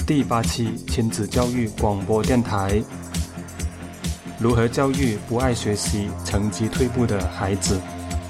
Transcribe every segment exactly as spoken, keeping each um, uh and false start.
第八期亲子教育广播电台，如何教育不爱学习、成绩退步的孩子？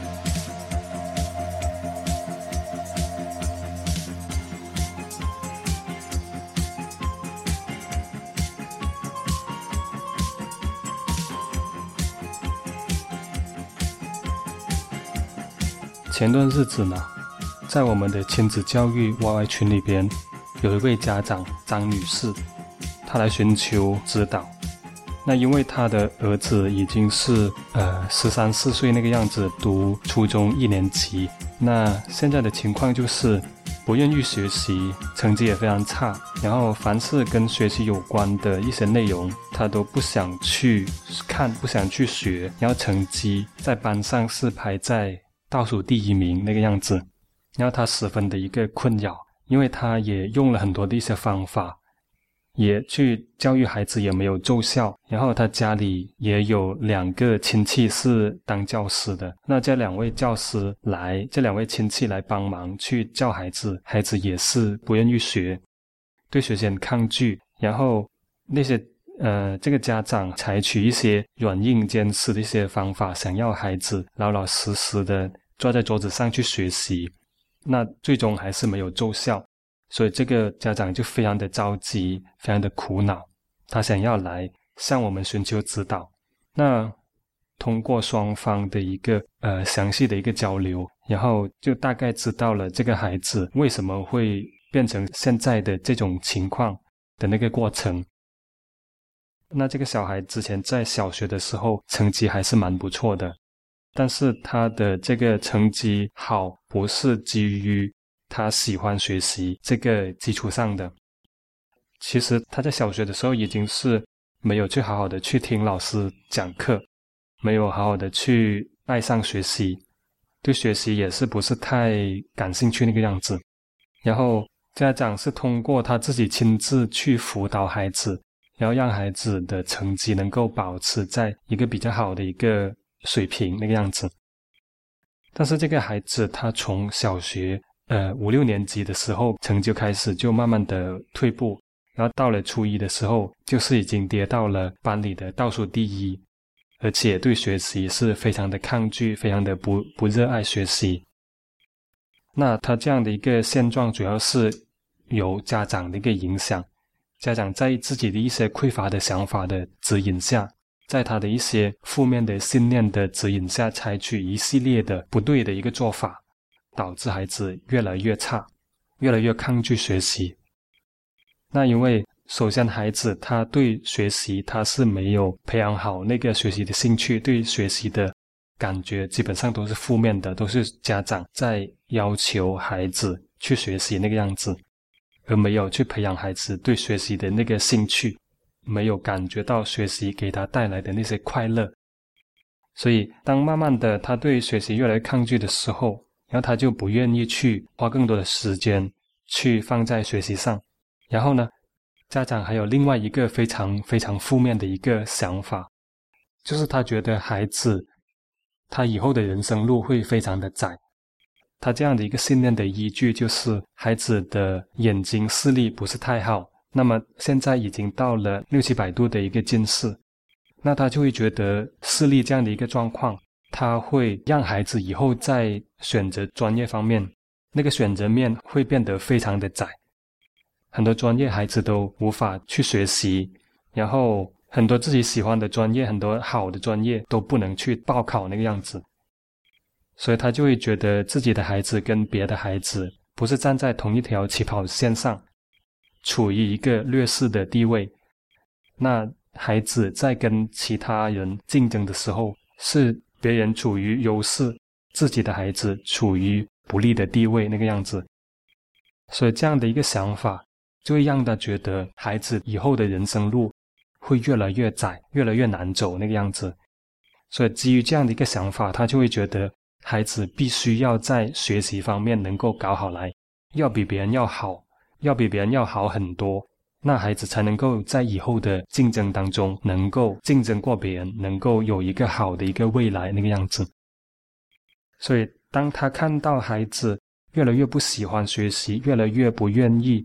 前段日子呢，在我们的亲子教育 Y Y 群里边，有一位家长张女士，她来寻求指导。那因为她的儿子已经是呃十三四岁那个样子，读初中一年级。那现在的情况就是不愿意学习，成绩也非常差，然后凡是跟学习有关的一些内容，他都不想去看，不想去学，然后成绩在班上是排在倒数第一名那个样子，然后他十分的一个困扰，因为他也用了很多的一些方法，也去教育孩子也没有奏效，然后他家里也有两个亲戚是当教师的，那这两位教师来，这两位亲戚来帮忙去教孩子，孩子也是不愿意学，对学习很抗拒，然后那些呃，这个家长采取一些软硬兼施的一些方法，想要孩子老老实实的坐在桌子上去学习，那最终还是没有奏效，所以这个家长就非常的着急，非常的苦恼，他想要来向我们寻求指导。那通过双方的一个呃详细的一个交流，然后就大概知道了这个孩子为什么会变成现在的这种情况的那个过程。那这个小孩之前在小学的时候成绩还是蛮不错的，但是他的这个成绩好不是基于他喜欢学习这个基础上的。其实他在小学的时候已经是没有去好好的去听老师讲课，没有好好的去爱上学习，对学习也是不是太感兴趣那个样子。然后家长是通过他自己亲自去辅导孩子，然后让孩子的成绩能够保持在一个比较好的一个水平那个样子。但是这个孩子他从小学呃五六年级的时候成绩开始就慢慢的退步，然后到了初一的时候就是已经跌到了班里的倒数第一，而且对学习是非常的抗拒，非常的不不热爱学习。那他这样的一个现状主要是由家长的一个影响，家长在自己的一些匮乏的想法的指引下，在他的一些负面的信念的指引下，采取一系列的不对的一个做法，导致孩子越来越差，越来越抗拒学习。那因为首先孩子他对学习他是没有培养好那个学习的兴趣，对学习的感觉基本上都是负面的，都是家长在要求孩子去学习那个样子，而没有去培养孩子对学习的那个兴趣，没有感觉到学习给他带来的那些快乐。所以当慢慢的他对学习越来越抗拒的时候，然后他就不愿意去花更多的时间去放在学习上。然后呢，家长还有另外一个非常非常负面的一个想法，就是他觉得孩子他以后的人生路会非常的窄。他这样的一个信念的依据就是孩子的眼睛视力不是太好，那么现在已经到了六七百度的一个近视，那他就会觉得视力这样的一个状况，他会让孩子以后在选择专业方面，那个选择面会变得非常的窄，很多专业孩子都无法去学习，然后很多自己喜欢的专业，很多好的专业都不能去报考那个样子。所以他就会觉得自己的孩子跟别的孩子不是站在同一条起跑线上，处于一个劣势的地位。那孩子在跟其他人竞争的时候，是别人处于优势，自己的孩子处于不利的地位那个样子。所以这样的一个想法就会让他觉得孩子以后的人生路会越来越窄，越来越难走那个样子。所以基于这样的一个想法，他就会觉得孩子必须要在学习方面能够搞好来，要比别人要好，要比别人要好很多，那孩子才能够在以后的竞争当中能够竞争过别人，能够有一个好的一个未来那个样子。所以当他看到孩子越来越不喜欢学习，越来越不愿意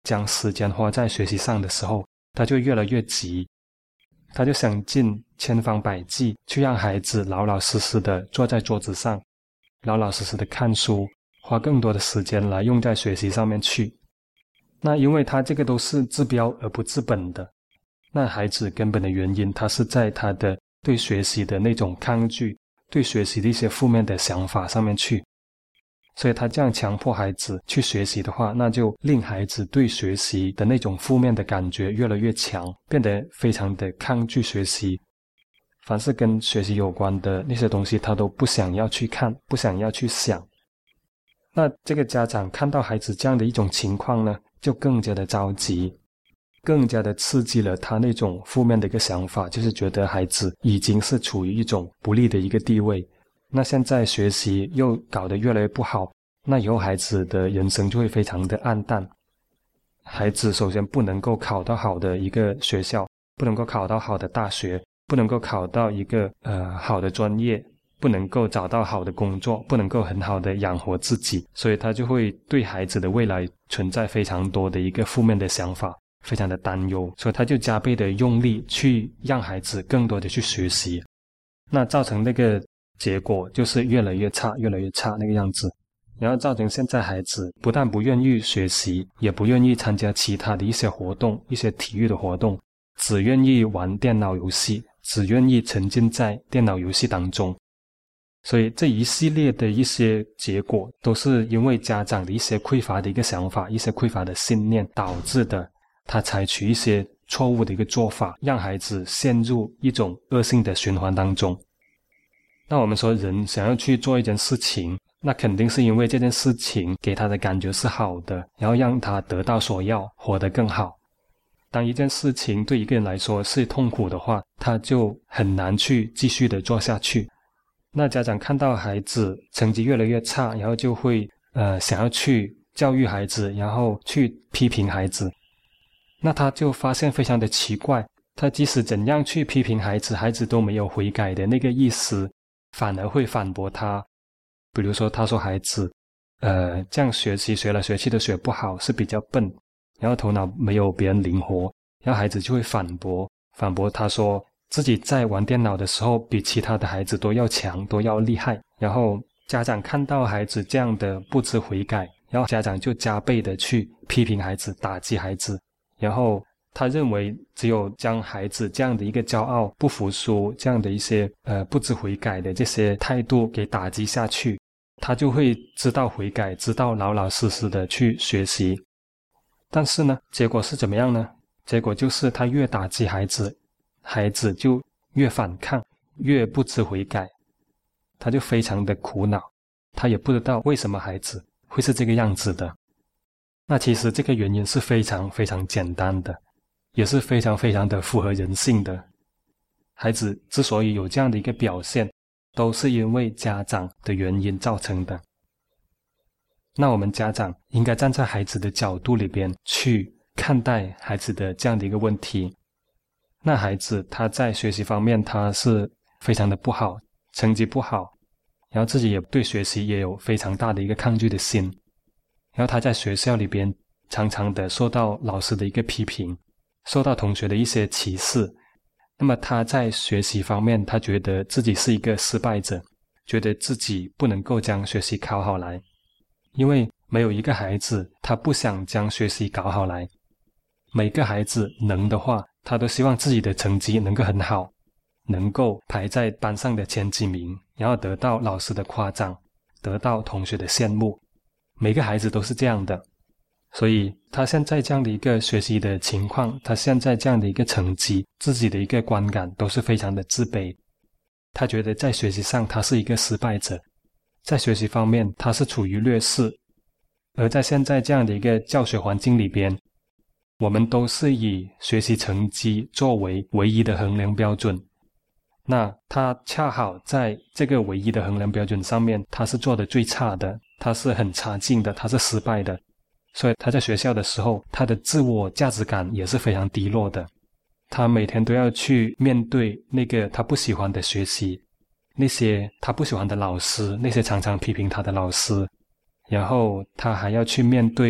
将时间花在学习上的时候，他就越来越急，他就想尽千方百计去让孩子老老实实的坐在桌子上，老老实实的看书，花更多的时间来用在学习上面去。那因为他这个都是治标而不治本的，那孩子根本的原因，他是在他的对学习的那种抗拒，对学习的一些负面的想法上面去。所以他这样强迫孩子去学习的话，那就令孩子对学习的那种负面的感觉越来越强，变得非常的抗拒学习。凡是跟学习有关的那些东西，他都不想要去看，不想要去想。那这个家长看到孩子这样的一种情况呢，就更加的着急，更加的刺激了他那种负面的一个想法，就是觉得孩子已经是处于一种不利的一个地位。那现在学习又搞得越来越不好，那以后孩子的人生就会非常的暗淡。孩子首先不能够考到好的一个学校，不能够考到好的大学，不能够考到一个呃好的专业，不能够找到好的工作，不能够很好的养活自己，所以他就会对孩子的未来存在非常多的一个负面的想法，非常的担忧，所以他就加倍的用力去让孩子更多的去学习，那造成那个结果就是越来越差，越来越差那个样子。然后造成现在孩子不但不愿意学习，也不愿意参加其他的一些活动，一些体育的活动，只愿意玩电脑游戏，只愿意沉浸在电脑游戏当中。所以这一系列的一些结果都是因为家长的一些匮乏的一个想法，一些匮乏的信念导致的，他采取一些错误的一个做法，让孩子陷入一种恶性的循环当中。那我们说人想要去做一件事情，那肯定是因为这件事情给他的感觉是好的，然后让他得到所要，活得更好。当一件事情对一个人来说是痛苦的话，他就很难去继续的做下去。那家长看到孩子成绩越来越差，然后就会呃想要去教育孩子，然后去批评孩子。那他就发现非常的奇怪，他即使怎样去批评孩子，孩子都没有悔改的那个意思，反而会反驳他。比如说他说孩子呃，这样学习学来学去都学不好，是比较笨，然后头脑没有别人灵活，然后孩子就会反驳反驳他说自己在玩电脑的时候比其他的孩子都要强，都要厉害。然后家长看到孩子这样的不知悔改，然后家长就加倍的去批评孩子，打击孩子。然后他认为只有将孩子这样的一个骄傲、不服输，这样的一些呃不知悔改的这些态度给打击下去，他就会知道悔改，知道老老实实的去学习。但是呢，结果是怎么样呢？结果就是他越打击孩子，孩子就越反抗，越不知悔改，他就非常的苦恼，他也不知道为什么孩子会是这个样子的。那其实这个原因是非常非常简单的，也是非常非常的符合人性的。孩子之所以有这样的一个表现，都是因为家长的原因造成的。那我们家长应该站在孩子的角度里边去看待孩子的这样的一个问题。那孩子他在学习方面他是非常的不好，成绩不好，然后自己也对学习也有非常大的一个抗拒的心，然后他在学校里边常常的受到老师的一个批评，受到同学的一些歧视。那么他在学习方面他觉得自己是一个失败者，觉得自己不能够将学习考好来，因为没有一个孩子他不想将学习搞好来，每个孩子能的话他都希望自己的成绩能够很好，能够排在班上的前几名，然后得到老师的夸奖，得到同学的羡慕，每个孩子都是这样的。所以他现在这样的一个学习的情况，他现在这样的一个成绩，自己的一个观感都是非常的自卑。他觉得在学习上他是一个失败者，在学习方面他是处于劣势。而在现在这样的一个教学环境里边，我们都是以学习成绩作为唯一的衡量标准。那他恰好在这个唯一的衡量标准上面，他是做得最差的，他是很差劲的，他是失败的。所以他在学校的时候，他的自我价值感也是非常低落的。他每天都要去面对那个他不喜欢的学习，那些他不喜欢的老师，那些常常批评他的老师，然后他还要去面对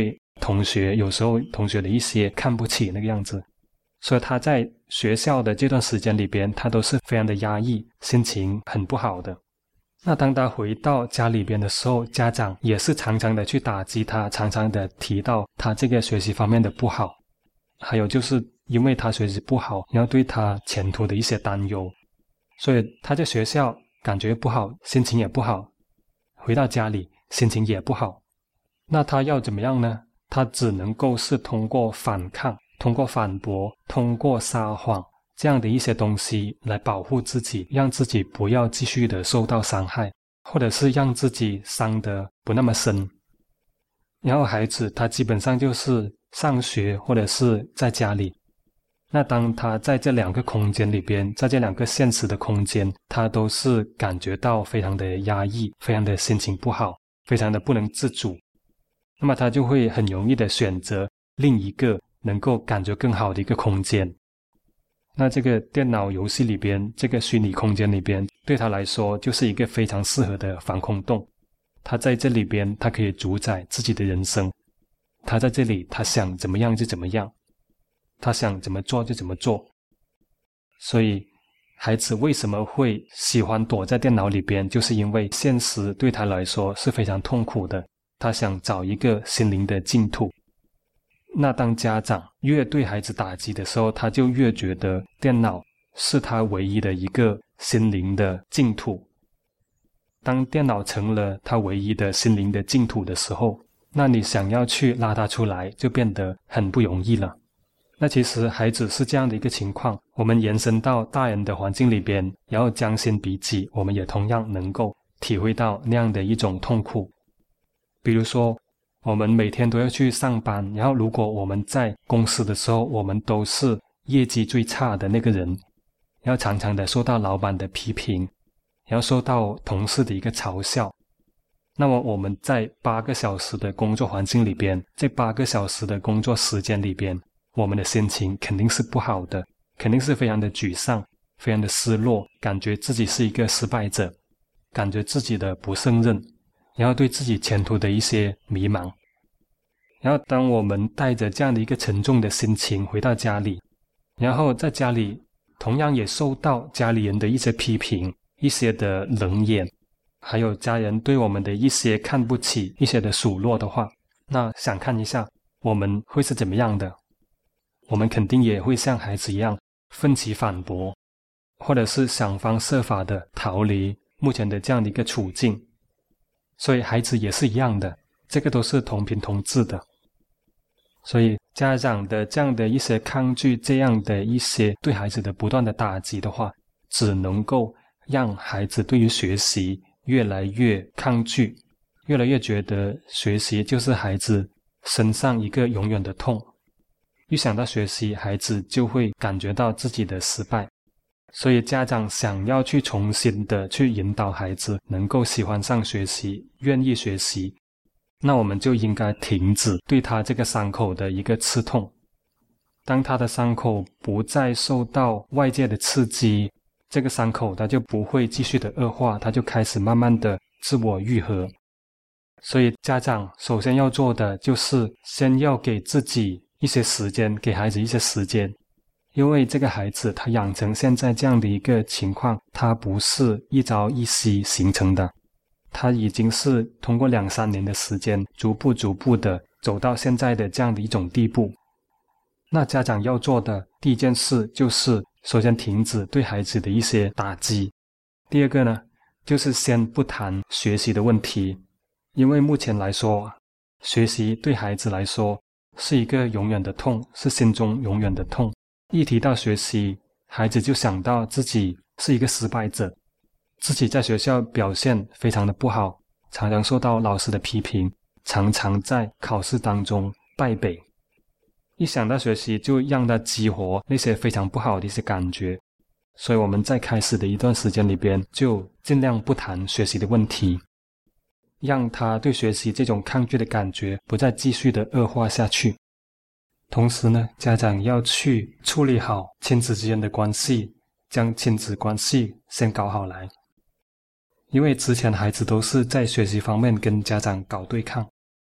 同学，有时候同学的一些看不起那个样子，所以他在学校的这段时间里边，他都是非常的压抑，心情很不好的。那当他回到家里边的时候，家长也是常常的去打击他，常常的提到他这个学习方面的不好，还有就是因为他学习不好，然后对他前途的一些担忧，所以他在学校感觉不好，心情也不好，回到家里心情也不好。那他要怎么样呢？他只能够是通过反抗，通过反驳，通过撒谎这样的一些东西来保护自己，让自己不要继续的受到伤害，或者是让自己伤得不那么深。然后孩子他基本上就是上学或者是在家里，那当他在这两个空间里边，在这两个现实的空间，他都是感觉到非常的压抑，非常的心情不好，非常的不能自主，那么他就会很容易的选择另一个能够感觉更好的一个空间。那这个电脑游戏里边，这个虚拟空间里边，对他来说就是一个非常适合的防空洞。他在这里边，他可以主宰自己的人生。他在这里，他想怎么样就怎么样，他想怎么做就怎么做。所以孩子为什么会喜欢躲在电脑里边，就是因为现实对他来说是非常痛苦的，他想找一个心灵的净土。那当家长越对孩子打击的时候，他就越觉得电脑是他唯一的一个心灵的净土。当电脑成了他唯一的心灵的净土的时候，那你想要去拉他出来就变得很不容易了。那其实孩子是这样的一个情况，我们延伸到大人的环境里边，然后将心比己，我们也同样能够体会到那样的一种痛苦。比如说我们每天都要去上班，然后如果我们在公司的时候，我们都是业绩最差的那个人，然后常常的受到老板的批评，然后受到同事的一个嘲笑，那么我们在八个小时的工作环境里边，这八个小时的工作时间里边，我们的心情肯定是不好的，肯定是非常的沮丧，非常的失落，感觉自己是一个失败者，感觉自己的不胜任，然后对自己前途的一些迷茫。然后当我们带着这样的一个沉重的心情回到家里，然后在家里同样也受到家里人的一些批评，一些的冷眼，还有家人对我们的一些看不起，一些的数落的话，那想看一下我们会是怎么样的。我们肯定也会像孩子一样奋起反驳，或者是想方设法的逃离目前的这样的一个处境。所以孩子也是一样的，这个都是同频同质的。所以家长的这样的一些抗拒，这样的一些对孩子的不断的打击的话，只能够让孩子对于学习越来越抗拒，越来越觉得学习就是孩子身上一个永远的痛。一想到学习，孩子就会感觉到自己的失败。所以家长想要去重新的去引导孩子能够喜欢上学习，愿意学习，那我们就应该停止对他这个伤口的一个刺痛。当他的伤口不再受到外界的刺激，这个伤口它就不会继续的恶化，它就开始慢慢的自我愈合。所以家长首先要做的就是先要给自己一些时间，给孩子一些时间。因为这个孩子他养成现在这样的一个情况，他不是一朝一夕形成的，他已经是通过两三年的时间，逐步逐步的走到现在的这样的一种地步。那家长要做的第一件事就是首先停止对孩子的一些打击。第二个呢，就是先不谈学习的问题，因为目前来说，学习对孩子来说是一个永远的痛，是心中永远的痛。一提到学习，孩子就想到自己是一个失败者，自己在学校表现非常的不好，常常受到老师的批评，常常在考试当中败北。一想到学习，就让他激活那些非常不好的一些感觉。所以我们在开始的一段时间里边，就尽量不谈学习的问题，让他对学习这种抗拒的感觉不再继续的恶化下去。同时呢，家长要去处理好亲子之间的关系，将亲子关系先搞好来。因为之前孩子都是在学习方面跟家长搞对抗，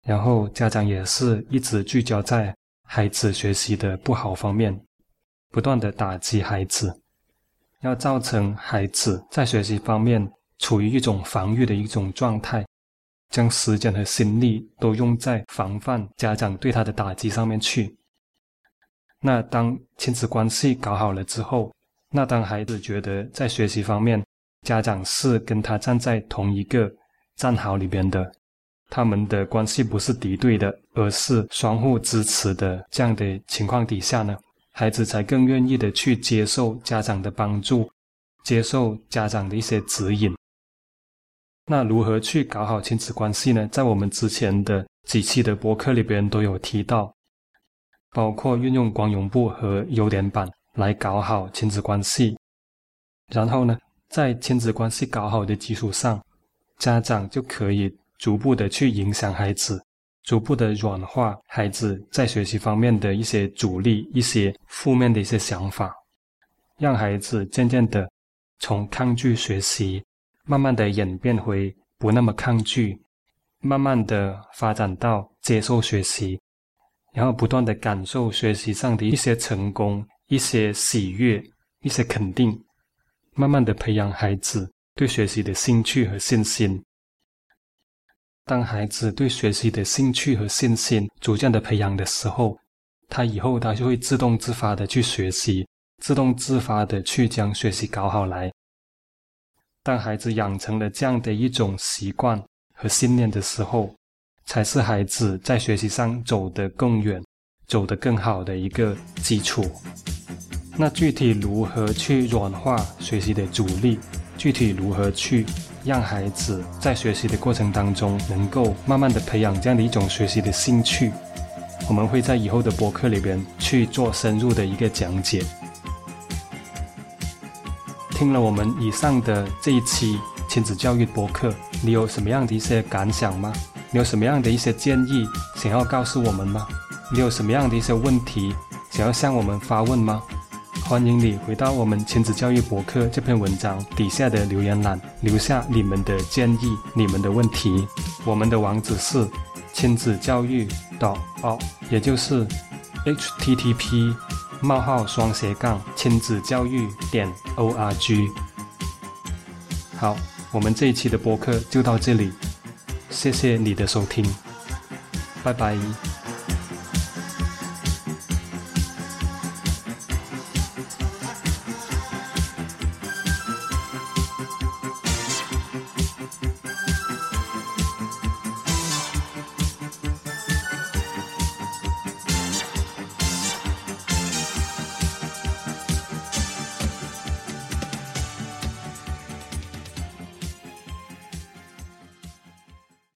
然后家长也是一直聚焦在孩子学习的不好方面，不断的打击孩子，要造成孩子在学习方面处于一种防御的一种状态，将时间和心力都用在防范家长对他的打击上面去。那当亲子关系搞好了之后，那当孩子觉得在学习方面家长是跟他站在同一个战壕里边的，他们的关系不是敌对的，而是相互支持的，这样的情况底下呢，孩子才更愿意的去接受家长的帮助，接受家长的一些指引。那如何去搞好亲子关系呢？在我们之前的几期的播客里边都有提到，包括运用光荣簿和优点板来搞好亲子关系。然后呢，在亲子关系搞好的基础上，家长就可以逐步的去影响孩子，逐步的软化孩子在学习方面的一些阻力，一些负面的一些想法，让孩子渐渐的从抗拒学习慢慢的演变回不那么抗拒，慢慢的发展到接受学习，然后不断的感受学习上的一些成功，一些喜悦，一些肯定，慢慢的培养孩子对学习的兴趣和信心。当孩子对学习的兴趣和信心逐渐的培养的时候，他以后他就会自动自发的去学习，自动自发的去将学习搞好来。当孩子养成了这样的一种习惯和信念的时候，才是孩子在学习上走得更远，走得更好的一个基础。那具体如何去软化学习的阻力，具体如何去让孩子在学习的过程当中能够慢慢的培养这样的一种学习的兴趣，我们会在以后的播客里边去做深入的一个讲解。听了我们以上的这一期亲子教育播客，你有什么样的一些感想吗？你有什么样的一些建议想要告诉我们吗？你有什么样的一些问题想要向我们发问吗？欢迎你回到我们亲子教育博客这篇文章底下的留言栏，留下你们的建议，你们的问题。我们的网址是亲子教育 .org， 也就是 H T T P 冒号双斜杠亲子教育点 org。 好，我们这一期的播客就到这里，谢谢你的收听，拜拜。